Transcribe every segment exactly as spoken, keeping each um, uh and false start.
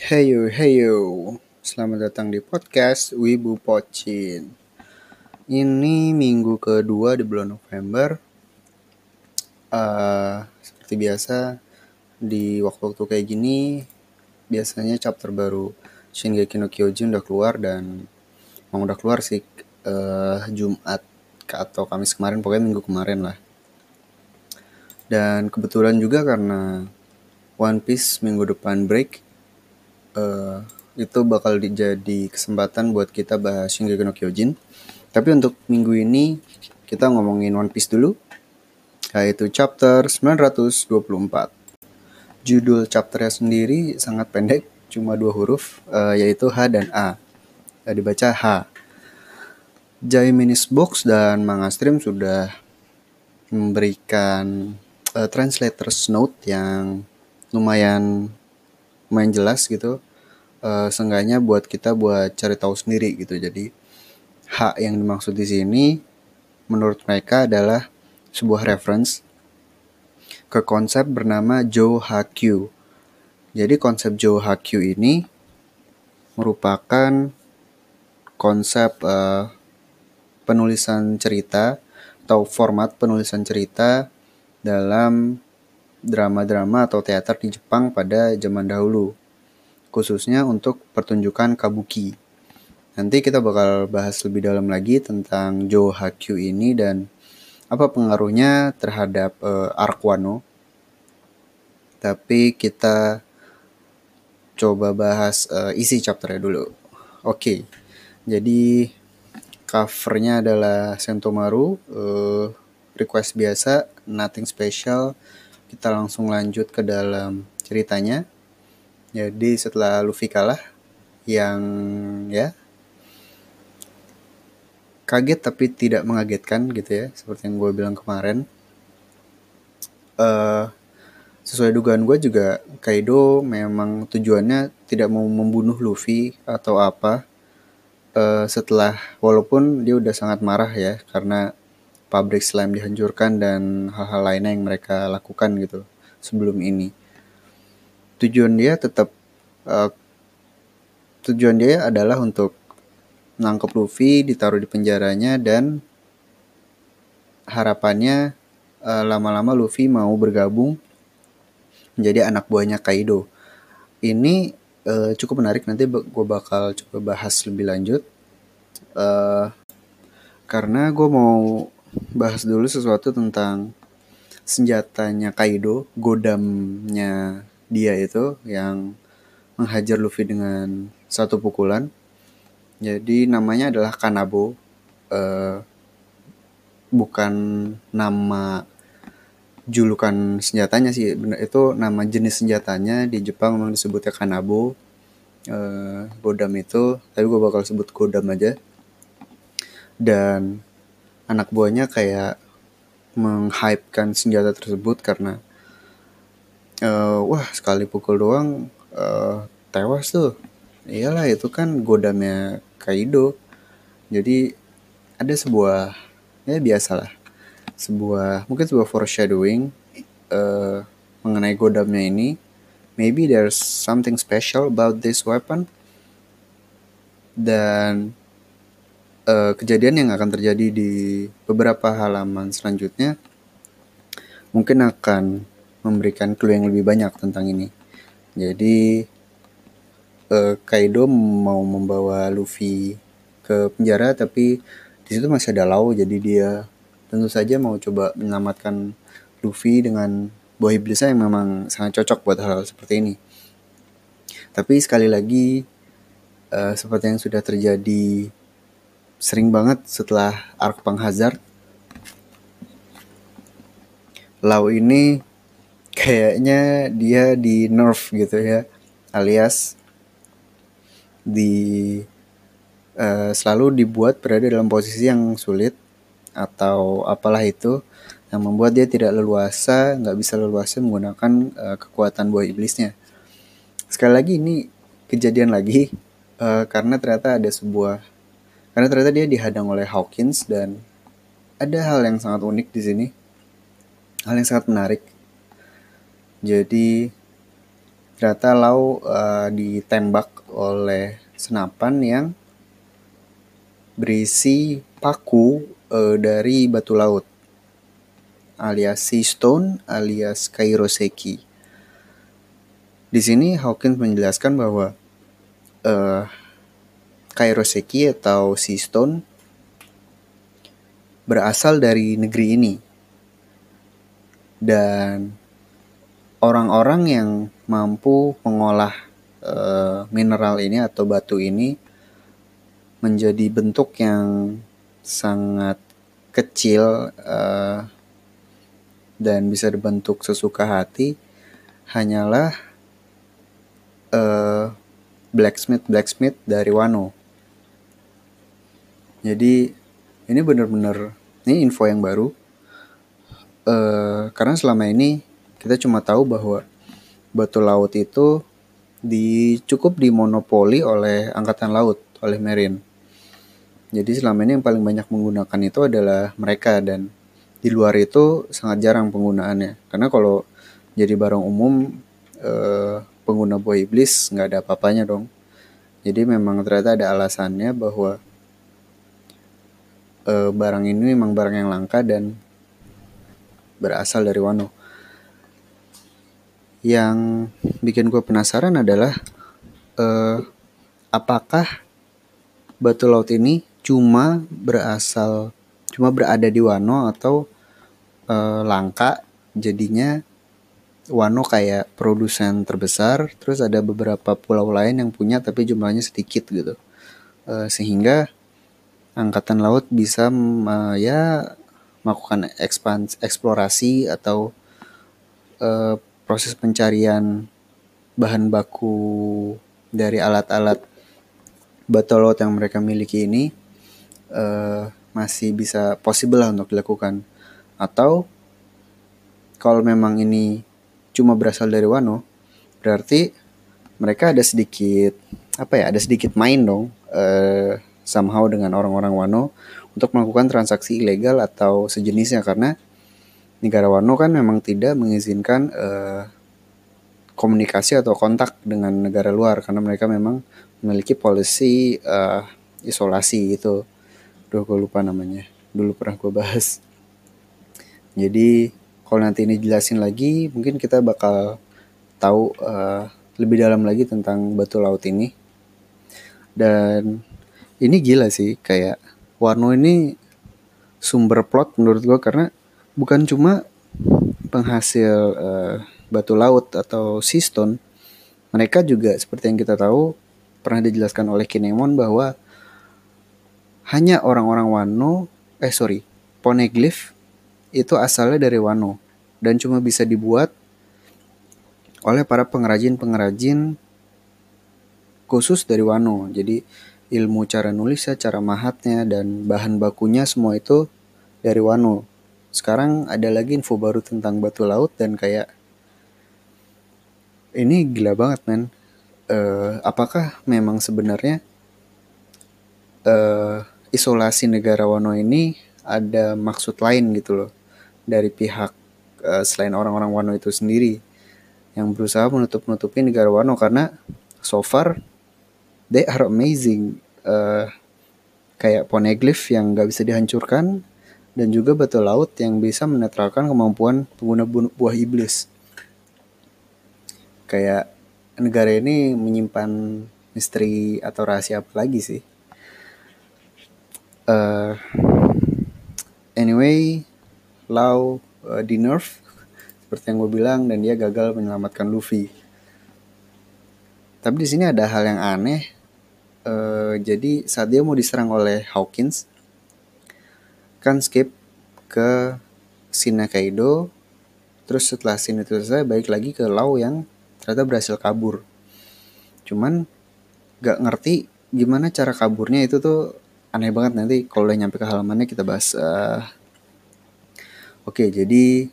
Heyo, heyo. Selamat datang di podcast Wibu Pocin. Ini minggu kedua di bulan November. Uh, seperti biasa, di waktu-waktu kayak gini, biasanya chapter baru Shingeki no Kyojin udah keluar dan emang udah keluar sih uh, Jumat atau Kamis kemarin, pokoknya minggu kemarin lah. Dan kebetulan juga karena One Piece minggu depan break, uh, itu bakal jadi kesempatan buat kita bahas Shingeki no Kyojin. Tapi untuk minggu ini kita ngomongin One Piece dulu, yaitu chapter sembilan ratus dua puluh empat. Judul chapternya sendiri sangat pendek, cuma dua huruf, uh, yaitu H dan A. Uh, dibaca H. Jai Minis Box dan Manga Stream sudah memberikan uh, translator's note yang lumayan lumayan jelas gitu. Uh, seenggaknya buat kita buat cari tahu sendiri gitu. Jadi H yang dimaksud di sini menurut mereka adalah sebuah reference ke konsep bernama Jouhakyu. Jadi konsep Jouhakyu ini merupakan konsep uh, penulisan cerita atau format penulisan cerita dalam drama-drama atau teater di Jepang pada zaman dahulu, khususnya untuk pertunjukan kabuki. Nanti kita bakal bahas lebih dalam lagi tentang Jouhakyu ini dan apa pengaruhnya terhadap uh, arc Wano. Tapi kita coba bahas uh, isi chapternya dulu. Oke, okay. Jadi covernya adalah Sentomaru, uh, request biasa, nothing special. Kita langsung lanjut ke dalam ceritanya. Jadi setelah Luffy kalah, yang ya kaget tapi tidak mengagetkan gitu ya, seperti yang gue bilang kemarin. Uh, sesuai dugaan gue juga Kaido memang tujuannya tidak mau membunuh Luffy atau apa. Uh, setelah walaupun dia udah sangat marah ya karena pabrik slime dihancurkan dan hal-hal lainnya yang mereka lakukan gitu sebelum ini. Tujuan dia tetap uh, tujuan dia adalah untuk nangkep Luffy, ditaruh di penjaranya, dan harapannya uh, lama-lama Luffy mau bergabung menjadi anak buahnya Kaido. Ini uh, cukup menarik, nanti gue bakal coba bahas lebih lanjut. Uh, karena gue mau bahas dulu sesuatu tentang senjatanya Kaido, godamnya dia itu yang menghajar Luffy dengan satu pukulan. Jadi namanya adalah Kanabo. Uh, bukan nama julukan senjatanya sih, itu nama jenis senjatanya. Di Jepang memang disebutnya Kanabo, uh, godam itu, tapi gue bakal sebut godam aja. Dan anak buahnya kayak menghypekan senjata tersebut karena uh, wah sekali pukul doang uh, tewas tuh. Iyalah itu kan godamnya Kaido. Jadi ada sebuah ya biasalah sebuah mungkin sebuah foreshadowing uh, mengenai godamnya ini. Maybe there's something special about this weapon. Dan uh, kejadian yang akan terjadi di beberapa halaman selanjutnya mungkin akan memberikan clue yang lebih banyak tentang ini. Jadi uh, Kaido mau membawa Luffy ke penjara, tapi di situ masih ada Law, jadi dia tentu saja mau coba menyelamatkan Luffy dengan buah iblisnya yang memang sangat cocok buat hal-hal seperti ini. Tapi sekali lagi uh, seperti yang sudah terjadi sering banget setelah arc Pang Hazard, Law ini kayaknya dia di nerf gitu ya, alias di uh, selalu dibuat berada dalam posisi yang sulit atau apalah itu yang membuat dia tidak leluasa, nggak bisa leluasa menggunakan uh, kekuatan buah iblisnya. Sekali lagi ini kejadian lagi uh, karena ternyata ada sebuah karena ternyata dia dihadang oleh Hawkins, dan ada hal yang sangat unik di sini, hal yang sangat menarik. Jadi ternyata Lau uh, ditembak oleh senapan yang berisi paku uh, dari batu laut alias sea stone alias kairoseki. Di sini Hawkins menjelaskan bahwa uh, kairoseki atau sea stone berasal dari negeri ini, dan orang-orang yang mampu mengolah uh, mineral ini atau batu ini menjadi bentuk yang sangat kecil uh, dan bisa dibentuk sesuka hati hanyalah uh, blacksmith blacksmith dari Wano. Jadi ini benar-benar ini info yang baru uh, karena selama ini kita cuma tahu bahwa batu laut itu di, cukup dimonopoli oleh angkatan laut, oleh Marine. Jadi selama ini yang paling banyak menggunakan itu adalah mereka, dan di luar itu sangat jarang penggunaannya. Karena kalau jadi barang umum, eh, pengguna buah iblis nggak ada apa-apanya dong. Jadi memang ternyata ada alasannya bahwa eh, barang ini memang barang yang langka dan berasal dari Wano. Yang bikin gue penasaran adalah eh, apakah batu laut ini cuma berasal, cuma berada di Wano atau eh, langka jadinya Wano kayak produsen terbesar, terus ada beberapa pulau lain yang punya tapi jumlahnya sedikit gitu, eh, sehingga angkatan laut bisa uh, ya melakukan ekspans eksplorasi atau uh, proses pencarian bahan baku dari alat-alat batu laut yang mereka miliki ini uh, masih bisa possible lah untuk dilakukan. Atau kalau memang ini cuma berasal dari Wano, berarti mereka ada sedikit apa ya, ada sedikit main dong uh, somehow dengan orang-orang Wano untuk melakukan transaksi ilegal atau sejenisnya, karena negara Wano kan memang tidak mengizinkan uh, komunikasi atau kontak dengan negara luar karena mereka memang memiliki policy uh, isolasi gitu. Duh, gue lupa namanya. Dulu pernah gue bahas. Jadi kalau nanti ini jelasin lagi, mungkin kita bakal tahu uh, lebih dalam lagi tentang batu laut ini. Dan ini gila sih, kayak Wano ini sumber plot menurut gue karena bukan cuma penghasil uh, batu laut atau sea stone, mereka juga seperti yang kita tahu pernah dijelaskan oleh Kinemon bahwa hanya orang-orang Wano, eh sorry, poneglyph itu asalnya dari Wano dan cuma bisa dibuat oleh para pengrajin-pengrajin khusus dari Wano. Jadi ilmu cara nulisnya, cara mahatnya, dan bahan bakunya semua itu dari Wano. Sekarang ada lagi info baru tentang batu laut dan kayak ini gila banget men. Uh, apakah memang sebenarnya uh, isolasi negara Wano ini ada maksud lain gitu loh dari pihak uh, selain orang-orang Wano itu sendiri yang berusaha menutup-nutupi negara Wano, karena so far they are amazing, uh, kayak poneglyph yang gak bisa dihancurkan dan juga batu laut yang bisa menetralkan kemampuan pengguna buah iblis. Kayak negara ini menyimpan misteri atau rahasia apa lagi sih? Uh, anyway, Lau uh, di nerf seperti yang gue bilang, dan dia gagal menyelamatkan Luffy. Tapi di sini ada hal yang aneh. Uh, jadi saat dia mau diserang oleh Hawkins, kan skip ke scene Kaido, terus setelah scene itu selesai balik lagi ke Lau yang ternyata berhasil kabur. Cuman gak ngerti gimana cara kaburnya, itu tuh aneh banget. Nanti kalau udah nyampe ke halamannya kita bahas. Uh, Oke, okay, jadi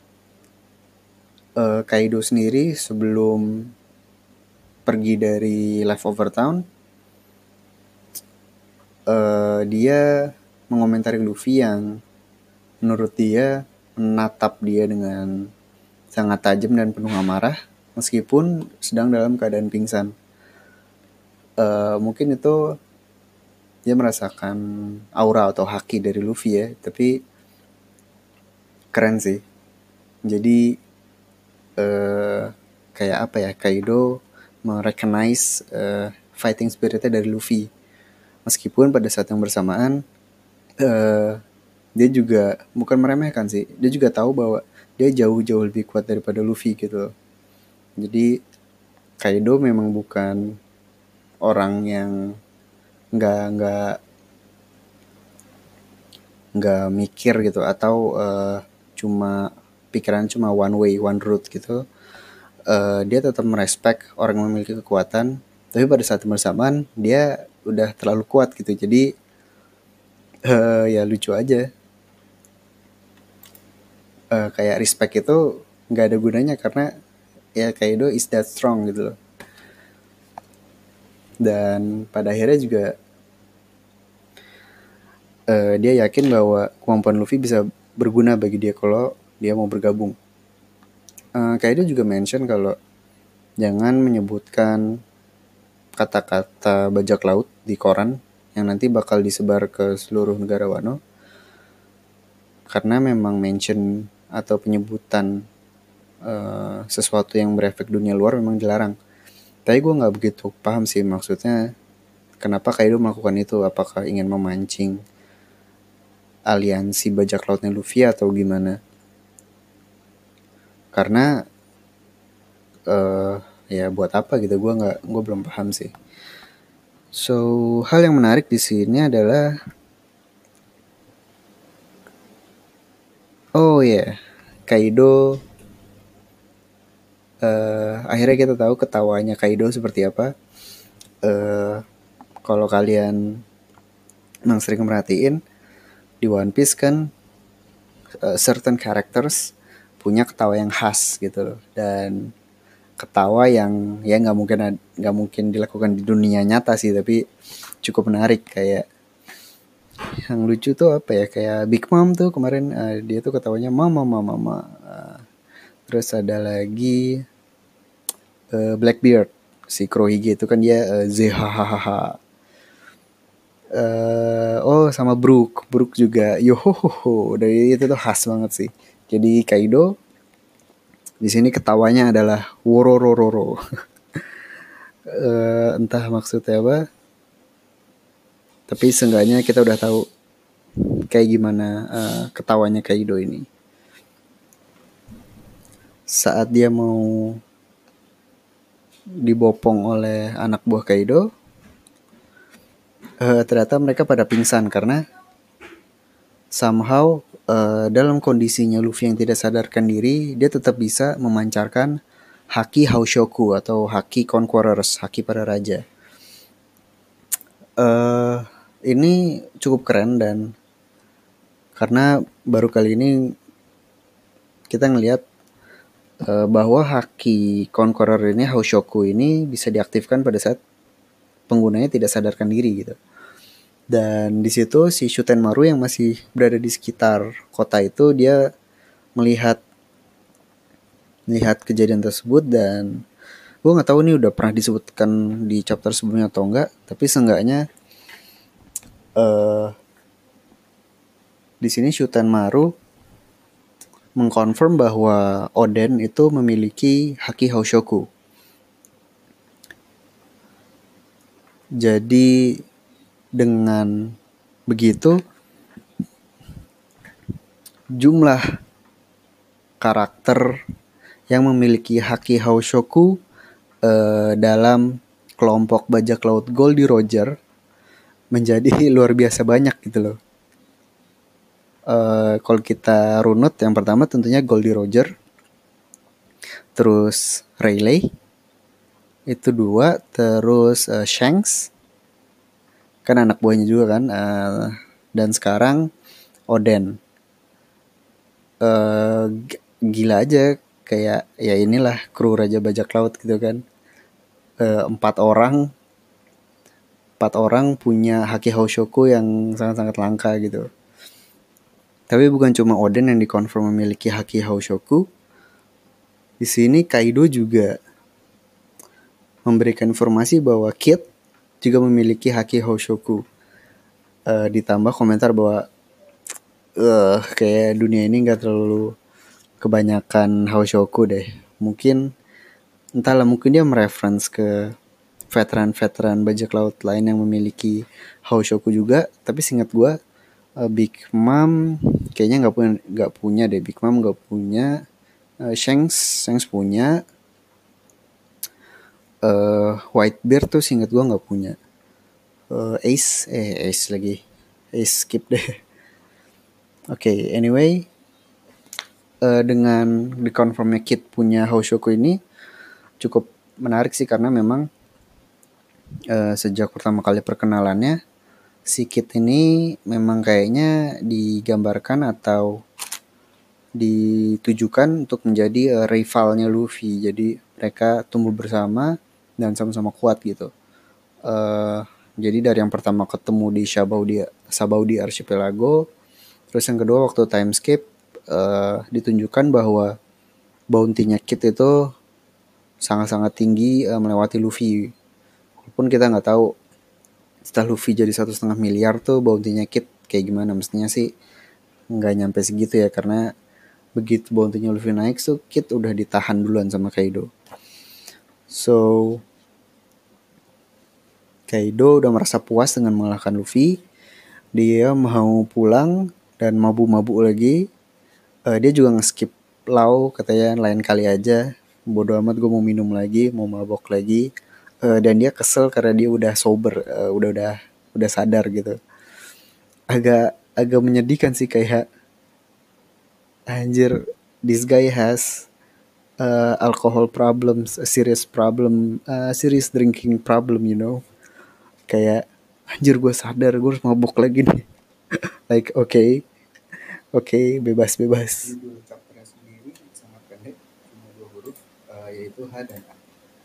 uh, Kaido sendiri sebelum pergi dari Leftover Town, uh, dia mengomentari Luffy yang menurut dia menatap dia dengan sangat tajam dan penuh amarah. meskipun sedang dalam keadaan pingsan. Uh, mungkin itu dia merasakan aura atau haki dari Luffy ya, tapi keren sih. Jadi uh, kayak apa ya, Kaido merecognize uh, fighting spiritnya dari Luffy, meskipun pada saat yang bersamaan uh, dia juga bukan meremehkan sih, dia juga tahu bahwa dia jauh-jauh lebih kuat daripada Luffy gitu. Jadi Kaido memang bukan orang yang nggak nggak nggak mikir gitu, atau uh, cuma pikiran cuma one way one route gitu. Uh, dia tetap merespek orang yang memiliki kekuatan, tapi pada saat bersamaan dia udah terlalu kuat gitu. Jadi uh, ya lucu aja. Uh, kayak respect itu nggak ada gunanya karena ya Kaido is that strong gitu loh. Dan pada akhirnya juga uh, dia yakin bahwa kemampuan Luffy bisa berguna bagi dia kalau dia mau bergabung. Uh, Kaido juga mention kalau jangan menyebutkan kata-kata bajak laut di koran yang nanti bakal disebar ke seluruh negara Wano, karena memang mention atau penyebutan uh, sesuatu yang berefek dunia luar memang dilarang. Tapi gue nggak begitu paham sih maksudnya kenapa Kaido melakukan itu. Apakah ingin memancing aliansi bajak lautnya Luffy atau gimana? Karena uh, ya buat apa gitu, gue nggak, gue belum paham sih. So hal yang menarik di sini adalah oh ya yeah, Kaido uh, akhirnya kita tahu ketawanya Kaido seperti apa. Uh, kalau kalian memang sering merhatiin di One Piece kan uh, certain characters punya ketawa yang khas gitu loh, dan ketawa yang ya nggak mungkin nggak mungkin dilakukan di dunia nyata sih, tapi cukup menarik. Kayak yang lucu tuh apa ya, kayak Big Mom tuh kemarin uh, dia tuh ketawanya mama mama mama. Uh, terus ada lagi uh, Blackbeard si Kurohige itu kan dia uh, zehahaha. Uh, oh sama Brook, Brook juga yohohoho, dari itu tuh khas banget sih. Jadi Kaido di sini ketawanya adalah wororororo. uh, entah maksudnya apa, tapi seenggaknya kita udah tahu kayak gimana uh, ketawanya Kaido ini saat dia mau dibopong oleh anak buah Kaido. Uh, ternyata mereka pada pingsan karena somehow uh, dalam kondisinya Luffy yang tidak sadarkan diri, dia tetap bisa memancarkan haki Haushoku atau haki Conquerors, haki para raja. Uh, ini cukup keren, dan karena baru kali ini kita ngelihat uh, bahwa haki Conqueror ini, Haushoku ini bisa diaktifkan pada saat penggunanya tidak sadarkan diri gitu. Dan di situ si Shutenmaru yang masih berada di sekitar kota itu, dia melihat melihat kejadian tersebut. Dan gue nggak tahu ini udah pernah disebutkan di chapter sebelumnya atau enggak, tapi seenggaknya uh, di sini Shutenmaru mengkonfirm bahwa Oden itu memiliki haki Haushoku. Jadi dengan begitu jumlah karakter yang memiliki haki Haushoku eh, dalam kelompok bajak laut Goldie Roger menjadi luar biasa banyak gitu loh. Eh, kalau kita runut, yang pertama tentunya Goldie Roger, terus Rayleigh, itu dua, terus uh, Shanks kan anak buahnya juga kan, uh, dan sekarang Oden. Uh, gila aja, kayak ya inilah kru Raja Bajak Laut gitu kan. Uh, empat orang, empat orang punya haki Haushoku yang sangat-sangat langka gitu. Tapi bukan cuma Oden yang dikonfirm memiliki haki Haushoku, Di sini Kaido juga memberikan informasi bahwa Kid juga memiliki haki Hoshoku. Uh, ditambah komentar bahwa uh, kayak dunia ini nggak terlalu kebanyakan Hoshoku deh. Mungkin entahlah, mungkin dia mereference ke veteran-veteran bajak laut lain yang memiliki Hoshoku juga. Tapi seingat gue, uh, Big Mom kayaknya nggak punya nggak punya deh. Big Mom nggak punya. uh, Shanks Shanks punya. uh, Whitebeard tuh seingat gue nggak punya. uh, Ace eh Ace lagi Ace skip deh. Oke, okay, anyway, uh, dengan dikonfirmnya Kid punya Hoshoku ini cukup menarik sih, karena memang uh, sejak pertama kali perkenalannya si Kid ini memang kayaknya digambarkan atau ditujukan untuk menjadi uh, rivalnya Luffy. Jadi mereka tumbuh bersama dan sama-sama kuat gitu. Uh, jadi dari yang pertama ketemu di Sabaudi Sabaudi Archipelago, terus yang kedua waktu time skip uh, ditunjukkan bahwa bounty-nya Kid itu sangat-sangat tinggi, uh, melewati Luffy. Walaupun kita nggak tahu setelah Luffy jadi satu setengah miliar tuh bounty-nya Kid kayak gimana. Mestinya sih nggak nyampe segitu ya, karena begitu bounty-nya Luffy naik tuh Kid udah ditahan duluan sama Kaido. So Kaido udah merasa puas dengan mengalahkan Luffy. Dia mau pulang dan mabuk-mabuk lagi. Uh, dia juga nge-skip Lau, katanya lain kali aja. Bodoh amat, gue mau minum lagi, mau mabok lagi. Uh, dan dia kesel karena dia udah sober, uh, udah udah udah sadar gitu. Agak agak menyedihkan sih, kayak anjir, this guy has uh, alcohol problems, a serious problem, uh, serious drinking problem, you know. Kayak anjir, gue sadar gue harus mabuk lagi nih. Like oke okay, oke okay, bebas bebas. Judul chapternya sendiri sangat pendek, cuma dua huruf, uh, yaitu H dan A.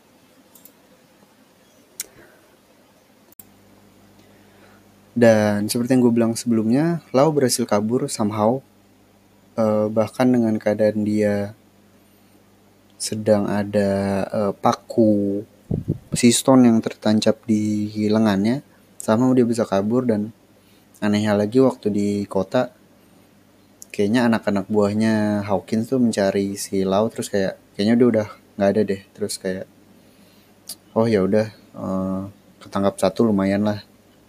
Dan seperti yang gue bilang sebelumnya, Lau berhasil kabur somehow, uh, bahkan dengan keadaan dia sedang ada uh, paku si stone yang tertancap di lengannya, sama dia bisa kabur. Dan anehnya lagi, waktu di kota kayaknya anak-anak buahnya Hawkins tuh mencari si Lau, terus kayak kayaknya dia udah nggak ada deh. Terus kayak oh ya udah, uh, ketangkap satu lumayan lah.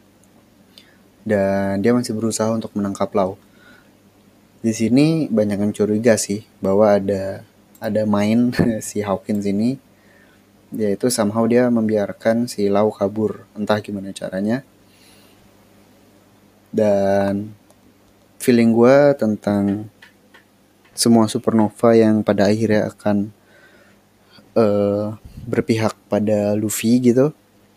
Dan dia masih berusaha untuk menangkap Lau. Di sini banyak yang curiga sih bahwa ada ada main si Hawkins ini, yaitu somehow dia membiarkan si Lau kabur, entah gimana caranya. Dan feeling gue tentang semua supernova yang pada akhirnya akan uh, berpihak pada Luffy gitu,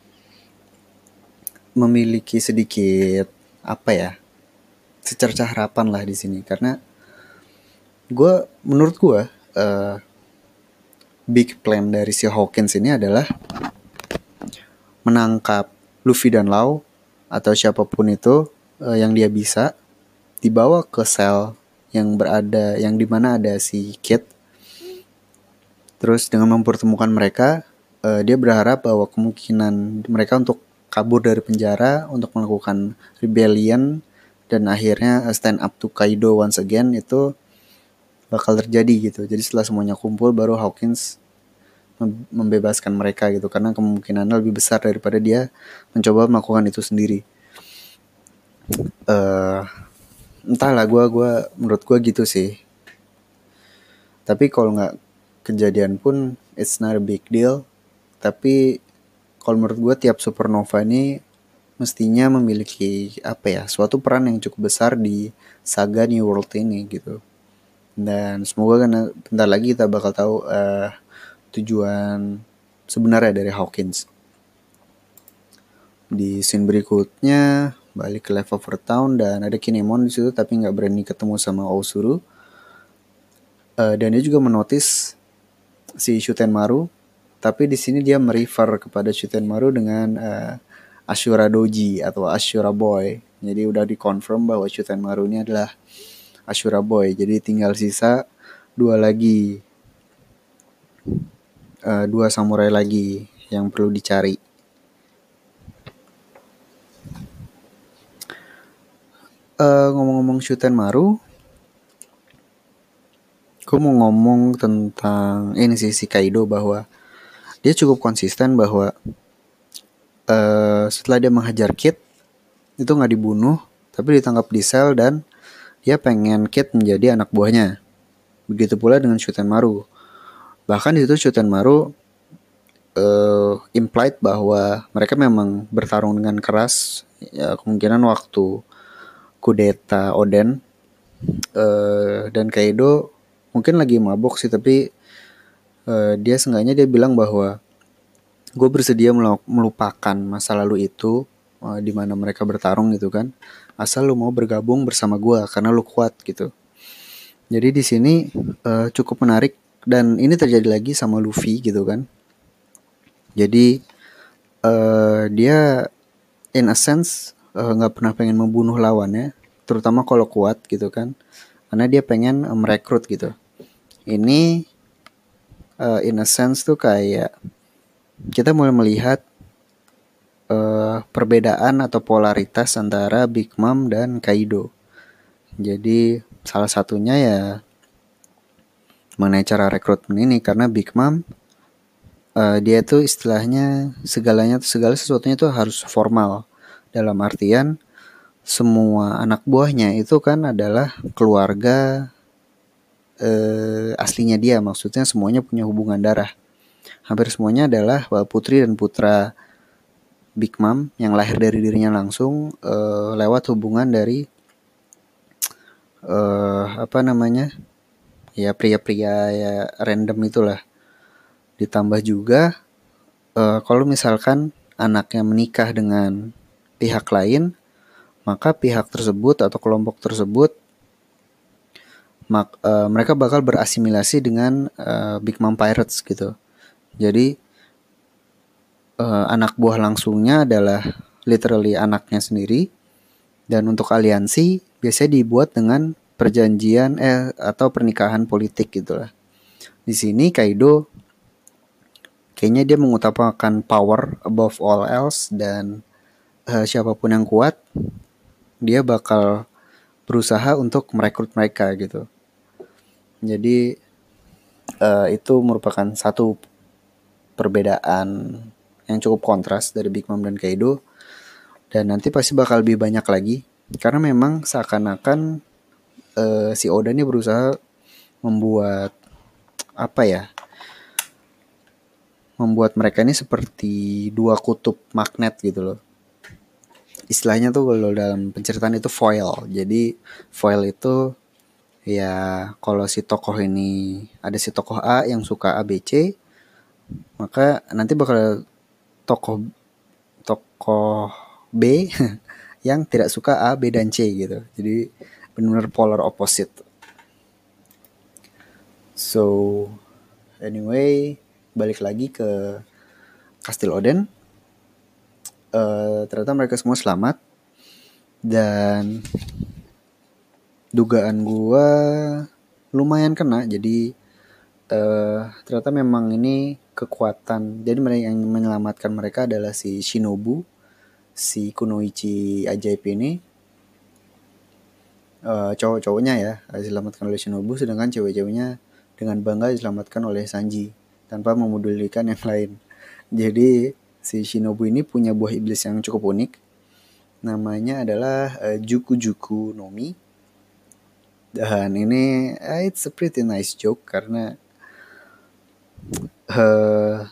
memiliki sedikit apa ya, secercah harapan lah di sini. Karena gue, menurut gue, uh, big plan dari si Hawkins ini adalah menangkap Luffy dan Lau atau siapapun itu uh, yang dia bisa, dibawa ke sel yang berada yang dimana ada si Kid. Terus dengan mempertemukan mereka, uh, dia berharap bahwa kemungkinan mereka untuk kabur dari penjara, untuk melakukan rebellion, dan akhirnya stand up to Kaido once again itu bakal terjadi gitu. Jadi setelah semuanya kumpul, baru Hawkins membebaskan mereka gitu, karena kemungkinannya lebih besar daripada dia mencoba melakukan itu sendiri. Uh, entahlah, gue gua menurut gue gitu sih. Tapi kalau nggak kejadian pun it's not a big deal. Tapi kalau menurut gue, tiap supernova ini mestinya memiliki apa ya, suatu peran yang cukup besar di saga New World ini gitu. Dan semoga kan bentar lagi kita bakal tahu uh, tujuan sebenarnya dari Hawkins. Di scene berikutnya balik ke Leftover Town dan ada Kinemon di situ, tapi nggak berani ketemu sama Osuru. Uh, dan dia juga menotis si Shutenmaru, tapi di sini dia merefer kepada Shutenmaru dengan uh, Ashura Doji atau Ashura Boy. Jadi udah dikonfirm bahwa Shutenmaru ini adalah Ashura Boy. Jadi tinggal sisa dua lagi. uh, dua samurai lagi yang perlu dicari. Uh, ngomong-ngomong Shutenmaru, gue mau ngomong tentang ini sih si Kaido, bahwa dia cukup konsisten bahwa uh, setelah dia menghajar Kid itu nggak dibunuh, tapi ditangkap di sel dan dia pengen Kid menjadi anak buahnya. Begitu pula dengan Shutenmaru. Bahkan di situ Shutenmaru uh, implied bahwa mereka memang bertarung dengan keras. Ya, kemungkinan waktu kudeta Oden, uh, dan Kaido mungkin lagi mabok sih, tapi uh, dia seenggaknya dia bilang bahwa gue bersedia melupakan masa lalu itu, uh, di mana mereka bertarung gitu kan, asal lu mau bergabung bersama gue karena lu kuat gitu. Jadi di sini uh, cukup menarik, dan ini terjadi lagi sama Luffy gitu kan. Jadi uh, dia in a sense nggak uh, pernah pengen membunuh lawannya, terutama kalau kuat gitu kan, karena dia pengen uh, merekrut gitu. Ini uh, in a sense tuh kayak kita mulai melihat uh, perbedaan atau polaritas antara Big Mom dan Kaido. Jadi salah satunya ya mengenai cara rekrutmen ini, karena Big Mom uh, dia tuh istilahnya segalanya segala sesuatunya tuh harus formal, dalam artian semua anak buahnya itu kan adalah keluarga eh, aslinya dia, maksudnya semuanya punya hubungan darah. Hampir semuanya adalah putri dan putra Big Mom yang lahir dari dirinya langsung, eh, lewat hubungan dari eh, apa namanya, ya pria-pria ya random itulah. Ditambah juga eh, kalau misalkan anaknya menikah dengan pihak lain, maka pihak tersebut atau kelompok tersebut mak, uh, mereka bakal berasimilasi dengan uh, Big Mom Pirates gitu. Jadi uh, anak buah langsungnya adalah literally anaknya sendiri, dan untuk aliansi biasanya dibuat dengan perjanjian eh atau pernikahan politik gitulah. Di sini Kaido kayaknya dia mengutamakan power above all else, dan uh, siapapun yang kuat dia bakal berusaha untuk merekrut mereka gitu. Jadi uh, itu merupakan satu perbedaan yang cukup kontras dari Big Mom dan Kaido, dan nanti pasti bakal lebih banyak lagi, karena memang seakan-akan uh, si Oda ini berusaha membuat apa ya, membuat mereka ini seperti dua kutub magnet gitu loh. Istilahnya tuh kalau dalam penceritaan itu foil. Jadi foil itu ya kalau si tokoh ini, ada si tokoh A yang suka A B C, maka nanti bakal tokoh tokoh B yang tidak suka A, B dan C gitu. Jadi benar-benar polar opposite. So anyway, balik lagi ke Kastil Oden. Uh, ternyata mereka semua selamat, dan dugaan gua lumayan kena. Jadi uh, ternyata memang ini kekuatan. Jadi mereka yang menyelamatkan mereka adalah si Shinobu, si Kunoichi ajaib ini. Uh, cowok-cowoknya ya diselamatkan oleh Shinobu, sedangkan cewek-ceweknya dengan bangga diselamatkan oleh Sanji tanpa memedulikan yang lain. Jadi si Shinobu ini punya buah iblis yang cukup unik. Namanya adalah uh, Juku Juku no Mi. Dan ini uh, it's a pretty nice joke, karena uh,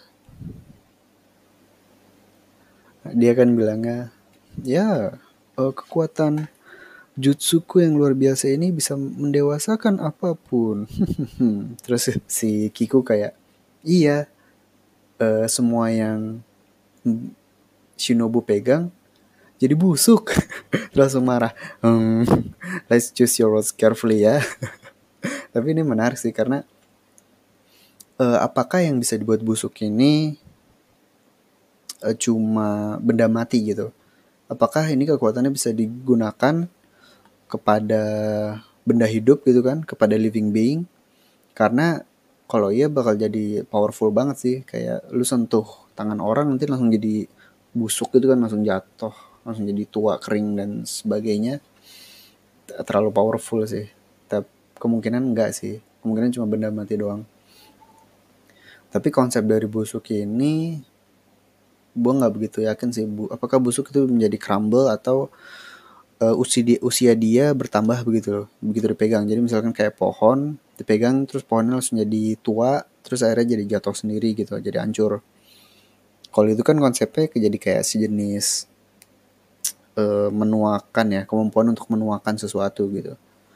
dia kan bilangnya ya uh, kekuatan jutsuku yang luar biasa ini bisa mendewasakan apapun. Terus si Kiku kayak iya, uh, semua yang Shinobu pegang jadi busuk. Langsung marah. Hmm, let's choose your words carefully ya. Tapi ini menarik sih, karena uh, apakah yang bisa dibuat busuk ini uh, cuma benda mati gitu? Apakah ini kekuatannya bisa digunakan kepada benda hidup gitu kan, kepada living being? Karena Kalau iya bakal jadi powerful banget sih, kayak lu sentuh tangan orang nanti langsung jadi busuk gitu kan, langsung jatuh, langsung jadi tua, kering dan sebagainya. Terlalu powerful sih. Tapi kemungkinan enggak sih, kemungkinan cuma benda mati doang. Tapi konsep dari busuk ini gue nggak begitu yakin sih, bu apakah busuk itu menjadi crumble atau uh, usia dia, usia dia bertambah begitu loh, begitu dipegang. Jadi misalkan kayak pohon dipegang terus pohonnya langsung jadi tua, terus akhirnya jadi jatuh sendiri gitu, jadi hancur. Kalau itu kan konsepnya jadi kayak sejenis uh, menuakan ya, kemampuan untuk menuakan sesuatu gitu.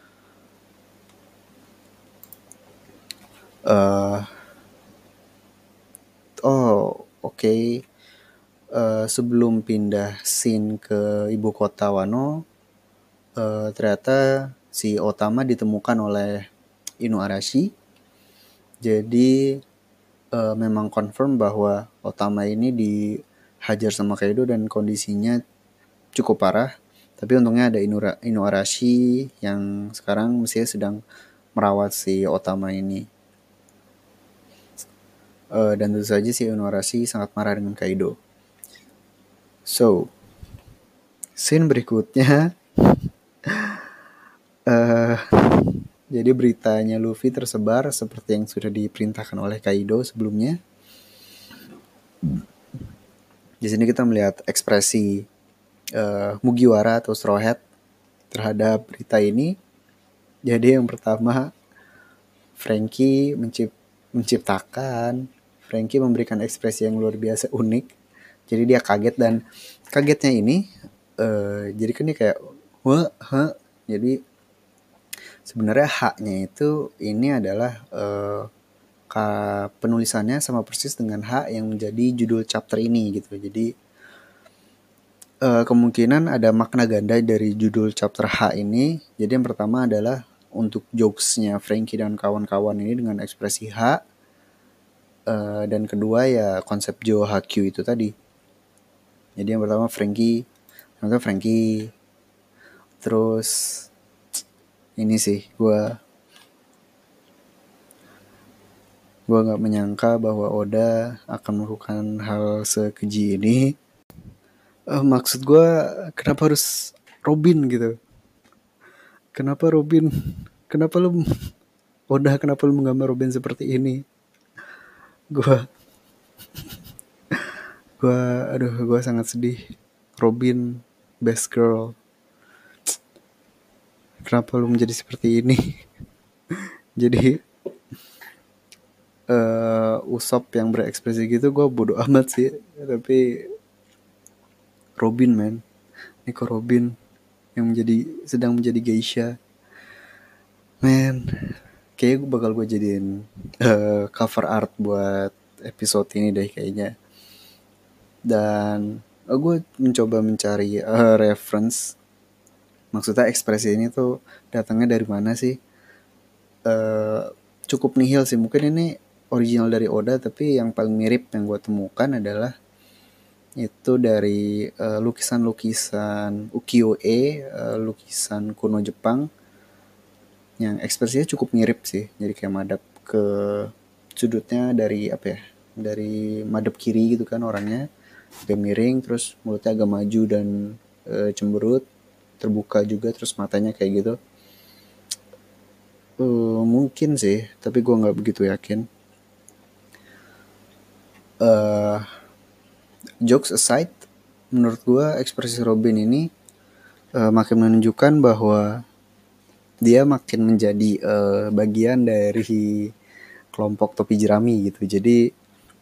Uh, oh oke, okay. Uh, sebelum pindah scene ke ibu kota Wano, uh, ternyata si Otama ditemukan oleh Inuarashi. Jadi uh, memang confirm bahwa Otama ini dihajar sama Kaido dan kondisinya cukup parah. Tapi untungnya ada Inura, Inuarashi yang sekarang mestinya sedang merawat si Otama ini. Uh, dan tentu saja si Inuarashi sangat marah dengan Kaido. So, scene berikutnya, uh, jadi beritanya Luffy tersebar seperti yang sudah diperintahkan oleh Kaido sebelumnya. Di sini kita melihat ekspresi uh, Mugiwara atau Straw Hat terhadap berita ini. Jadi yang pertama, Franky mencipt, menciptakan, Franky memberikan ekspresi yang luar biasa unik. Jadi dia kaget, dan kagetnya ini, uh, jadi kan dia kayak, wah, huh? Jadi sebenarnya haknya itu ini adalah uh, penulisannya sama persis dengan hak yang menjadi judul chapter ini gitu. Jadi uh, kemungkinan ada makna ganda dari judul chapter H ini. Jadi yang pertama adalah untuk jokesnya Franky dan kawan-kawan ini dengan ekspresi H, uh, dan kedua ya konsep Joe H Q itu tadi. Jadi yang pertama Franky, yang pertama Franky, terus ini sih gue gue nggak menyangka bahwa Oda akan melakukan hal sekeji ini. Uh, maksud gue kenapa harus Robin gitu? Kenapa Robin? Kenapa lu Oda kenapa lu menggambar Robin seperti ini? Gue gue aduh gue sangat sedih. Robin best girl, kenapa lu menjadi seperti ini? Jadi uh, Usop yang berekspresi gitu gue bodo amat sih. Tapi Robin man, Nico Robin yang menjadi sedang menjadi geisha, man, kayaknya gue bakal gue jadiin uh, cover art buat episode ini deh kayaknya. Dan uh, gue mencoba mencari uh, reference, maksudnya ekspresi ini tuh datangnya dari mana sih? Uh, cukup nihil sih, mungkin ini original dari Oda, tapi yang paling mirip yang gue temukan adalah itu dari uh, lukisan-lukisan ukiyo-e, uh, lukisan kuno Jepang yang ekspresinya cukup mirip sih. Jadi kayak madep ke sudutnya dari apa ya, dari madep kiri gitu kan orangnya, agak miring, terus mulutnya agak maju dan e, cemberut, terbuka juga, terus matanya kayak gitu. E, mungkin sih, tapi gue nggak begitu yakin. E, jokes aside, menurut gue ekspresi Robin ini e, makin menunjukkan bahwa dia makin menjadi e, bagian dari kelompok topi jerami gitu. Jadi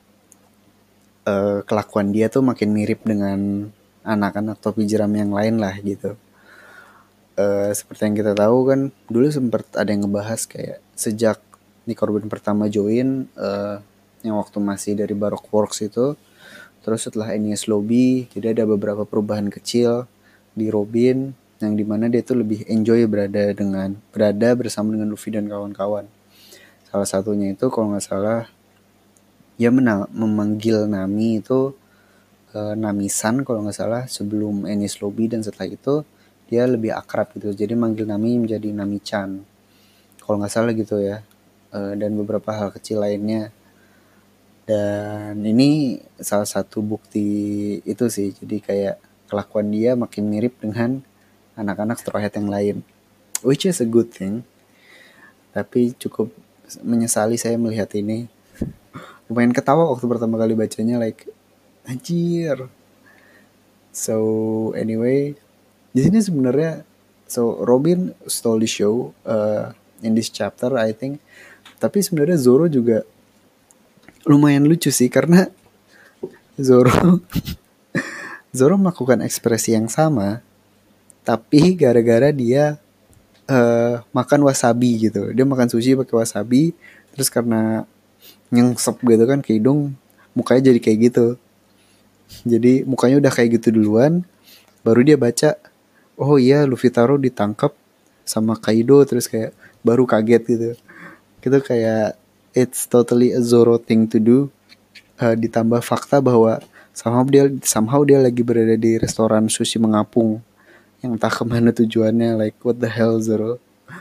Uh, kelakuan dia tuh makin mirip dengan anak-anak topi jerami yang lain lah gitu. Uh, seperti yang kita tahu kan, dulu sempat ada yang ngebahas kayak sejak Nico Robin pertama join, uh, yang waktu masih dari Baroque Works itu, terus setelah Enies Lobby, jadi ada beberapa perubahan kecil di Robin yang dimana dia tuh lebih enjoy berada dengan berada bersama dengan Luffy dan kawan-kawan. Salah satunya itu kalau nggak salah dia menang, memanggil Nami itu uh, Nami-san kalau nggak salah sebelum Enies Lobby, dan setelah itu dia lebih akrab gitu. Jadi manggil Nami menjadi Nami-chan kalau nggak salah gitu ya. uh, dan beberapa hal kecil lainnya. Dan ini salah satu bukti itu sih. Jadi kayak kelakuan dia makin mirip dengan anak-anak Straw Hat yang lain, which is a good thing. Tapi cukup menyesali saya melihat ini. Lumayan ketawa waktu pertama kali bacanya, like anjir. So anyway, di sini sebenarnya so Robin stole the show uh, in this chapter I think. Tapi sebenarnya Zoro juga lumayan lucu sih, karena Zoro Zoro melakukan ekspresi yang sama, tapi gara-gara dia uh, makan wasabi gitu. Dia makan sushi pakai wasabi, terus karena nyengsep gitu kan ke hidung, mukanya jadi kayak gitu. Jadi mukanya udah kayak gitu duluan, baru dia baca, oh iya Luffy Taro ditangkap sama Kaido, terus kayak baru kaget gitu. Itu kayak it's totally a Zoro thing to do. Uh, ditambah fakta bahwa somehow dia somehow dia lagi berada di restoran sushi mengapung yang entah kemana tujuannya, like what the hell Zoro.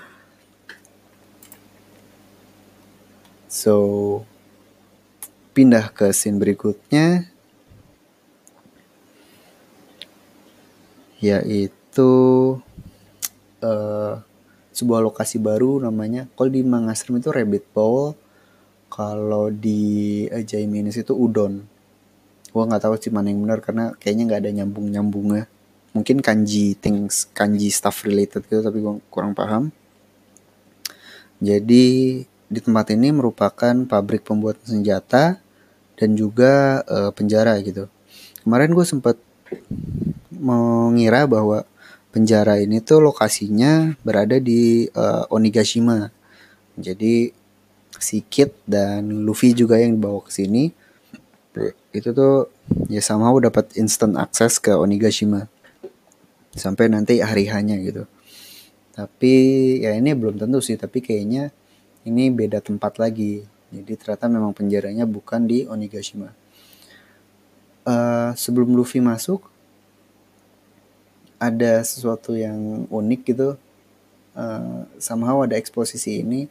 So pindah ke scene berikutnya, yaitu uh, sebuah lokasi baru namanya, kalau di Mangasrim itu Rabbit Bowl, kalau di Jaiminess itu Udon. Gua nggak tahu sih mana yang benar karena kayaknya nggak ada nyambung nyambungnya. Mungkin kanji things, kanji stuff related gitu, tapi gue kurang paham. Jadi di tempat ini merupakan pabrik pembuatan senjata dan juga uh, penjara gitu. Kemarin gue sempat mengira bahwa penjara ini tuh lokasinya berada di uh, Onigashima. Jadi si Kid dan Luffy juga yang dibawa ke sini. Itu tuh ya somehow dapat instant access ke Onigashima sampai nanti hari hanya gitu. Tapi ya ini belum tentu sih, tapi kayaknya ini beda tempat lagi. Jadi ternyata memang penjaranya bukan di Onigashima. Uh, sebelum Luffy masuk, ada sesuatu yang unik gitu. Uh, somehow ada eksposisi ini.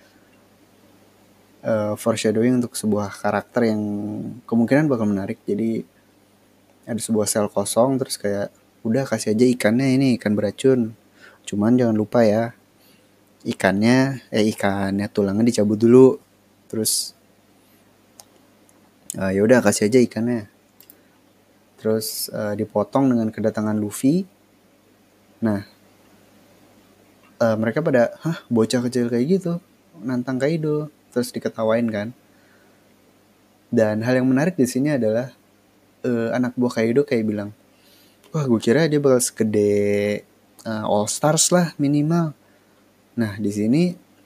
Uh, foreshadowing untuk sebuah karakter yang kemungkinan bakal menarik. Jadi ada sebuah sel kosong, terus kayak udah kasih aja ikannya, ini ikan beracun. Cuman jangan lupa ya, ikannya eh ikannya tulangnya dicabut dulu. Terus uh, ya udah kasih aja ikannya. Terus uh, dipotong dengan kedatangan Luffy. Nah, uh, mereka pada, hah bocah kecil kayak gitu nantang Kaido, terus diketawain kan. Dan hal yang menarik di sini adalah uh, anak buah Kaido kayak bilang, wah gue kira dia bakal segede uh, All Stars lah minimal. Nah di sini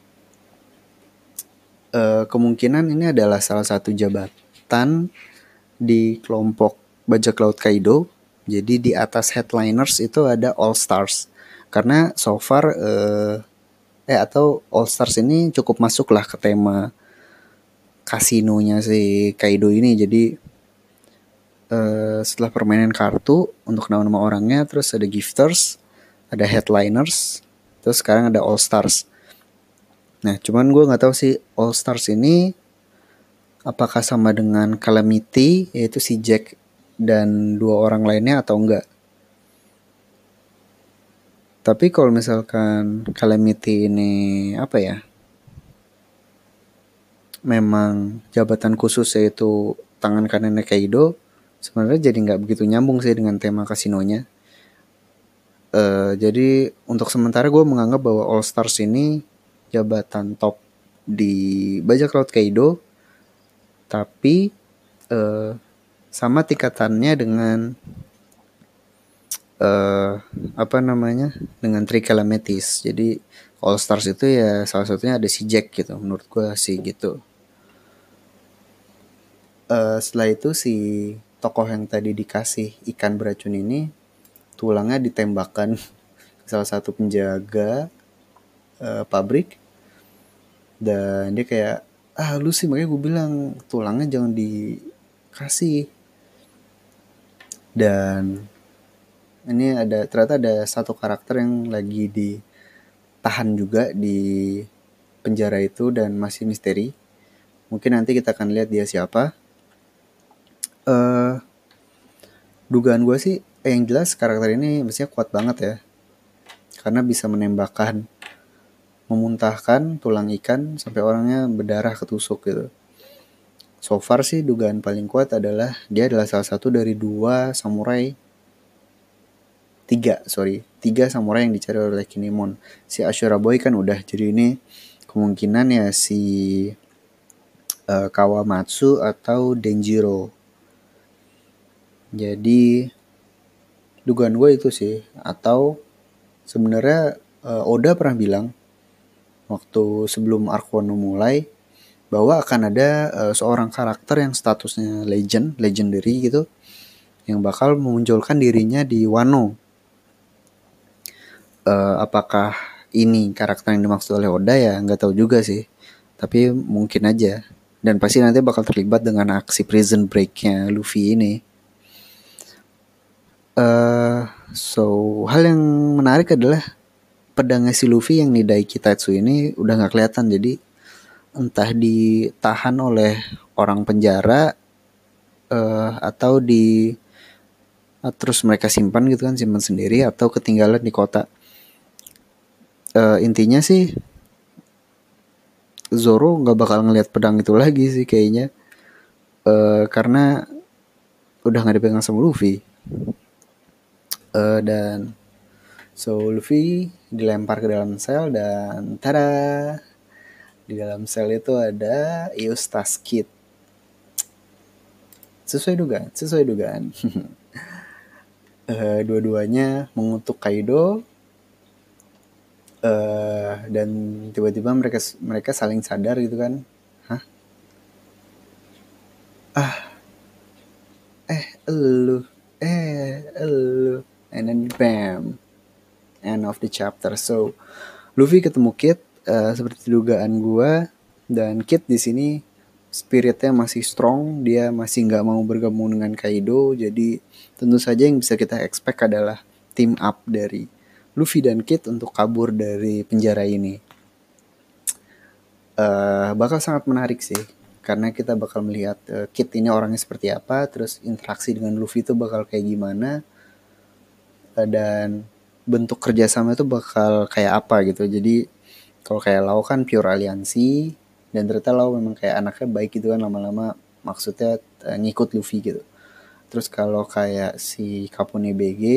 uh, kemungkinan ini adalah salah satu jabatan di kelompok bajak laut Kaido. Jadi di atas headliners itu ada All Stars. Karena so far uh, eh atau All Stars ini cukup masuk lah ke tema kasinonya si Kaido ini. Jadi uh, setelah permainan kartu untuk nama-nama orangnya, terus ada gifters, ada headliners, terus sekarang ada All Stars. Nah cuman gue nggak tahu sih All Stars ini apakah sama dengan Calamity, yaitu si Jack dan dua orang lainnya, atau enggak. Tapi kalau misalkan Calamity ini apa ya, memang jabatan khusus yaitu tangan kanannya Kaido, sebenarnya jadi nggak begitu nyambung sih dengan tema kasinonya. Uh, jadi untuk sementara gue menganggap bahwa All Stars ini jabatan top di bajak laut Kaido, tapi uh, sama tingkatannya dengan uh, apa namanya dengan Three Calamities. Jadi All Stars itu ya salah satunya ada si Jack gitu, menurut gue sih gitu. Uh, setelah itu si tokoh yang tadi dikasih ikan beracun ini tulangnya ditembakkan salah satu penjaga uh, pabrik, dan dia kayak, ah lu sih makanya gue bilang tulangnya jangan dikasih. Dan ini ada ternyata ada satu karakter yang lagi ditahan juga di penjara itu dan masih misteri. Mungkin nanti kita akan lihat dia siapa. Eh dugaan gue sih eh, yang jelas karakter ini mestinya kuat banget ya. Karena bisa menembakkan, memuntahkan tulang ikan sampai orangnya berdarah ketusuk gitu. So far sih dugaan paling kuat adalah dia adalah salah satu dari dua samurai, tiga sorry, tiga samurai yang dicari oleh Kinemon. Si Ashura Boy kan udah, jadi ini kemungkinan ya si uh, Kawamatsu atau Denjiro. Jadi dugaan gue itu sih. Atau sebenarnya uh, Oda pernah bilang waktu sebelum Arc Wano mulai bahwa akan ada uh, seorang karakter yang statusnya legend, legendary gitu, yang bakal memunculkan dirinya di Wano. Uh, apakah ini karakter yang dimaksud oleh Oda ya nggak tahu juga sih. Tapi mungkin aja. Dan pasti nanti bakal terlibat dengan aksi prison break-nya Luffy ini. Uh, so hal yang menarik adalah pedangnya si Luffy yang Nidai Kitetsu ini udah nggak kelihatan. Jadi entah ditahan oleh orang penjara uh, atau di uh, terus mereka simpan gitu kan, simpan sendiri atau ketinggalan di kota. Uh, intinya sih Zoro nggak bakal ngelihat pedang itu lagi sih kayaknya, uh, karena udah nggak dipegang sama Luffy. Uh, dan so Luffy dilempar ke dalam sel dan tada, di dalam sel itu ada Eustace Kid. Sesuai dugaan, sesuai dugaan. uh, dua-duanya mengutuk Kaido, uh, dan tiba-tiba mereka mereka saling sadar gitu kan. Hah? Ah, eh, elu, eh, elu, and then bam, end of the chapter. So Luffy ketemu Kid, uh, seperti dugaan gue, dan Kid di sini spiritnya masih strong, dia masih nggak mau bergabung dengan Kaido. Jadi tentu saja yang bisa kita expect adalah team up dari Luffy dan Kid untuk kabur dari penjara ini. Uh, bakal sangat menarik sih, karena kita bakal melihat uh, Kid ini orangnya seperti apa, terus interaksi dengan Luffy itu bakal kayak gimana, uh, dan bentuk kerjasama itu bakal kayak apa gitu. Jadi kalau kayak Lau kan pure aliansi, dan ternyata Lau memang kayak anaknya baik gitu kan, lama-lama maksudnya uh, ngikut Luffy gitu. Terus kalau kayak si Kapune B G,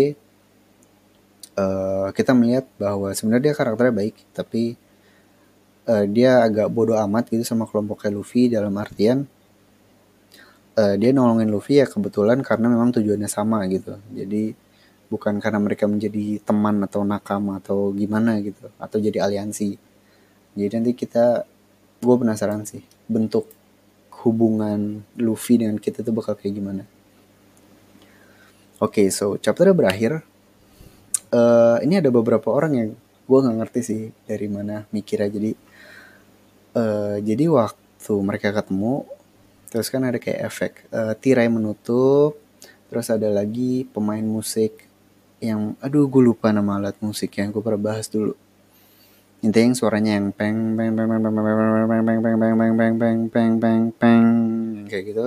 uh, kita melihat bahwa sebenarnya dia karakternya baik, tapi uh, dia agak bodoh amat gitu sama kelompoknya Luffy, dalam artian uh, dia nolongin Luffy ya kebetulan karena memang tujuannya sama gitu. Jadi bukan karena mereka menjadi teman atau nakama atau gimana gitu, atau jadi aliansi. Jadi nanti kita, gue penasaran sih bentuk hubungan Luffy dengan kita tuh bakal kayak gimana. Oke, okay, so chapternya berakhir. Uh, ini ada beberapa orang yang gue nggak ngerti sih dari mana mikirnya. Jadi, uh, jadi waktu mereka ketemu, terus kan ada kayak efek uh, tirai menutup, terus ada lagi pemain musik yang, aduh gue lupa nama alat musik yang gue pernah bahas dulu. Intinya yang suaranya yang peng peng peng peng peng peng peng peng peng peng peng peng peng peng peng peng peng kayak gitu.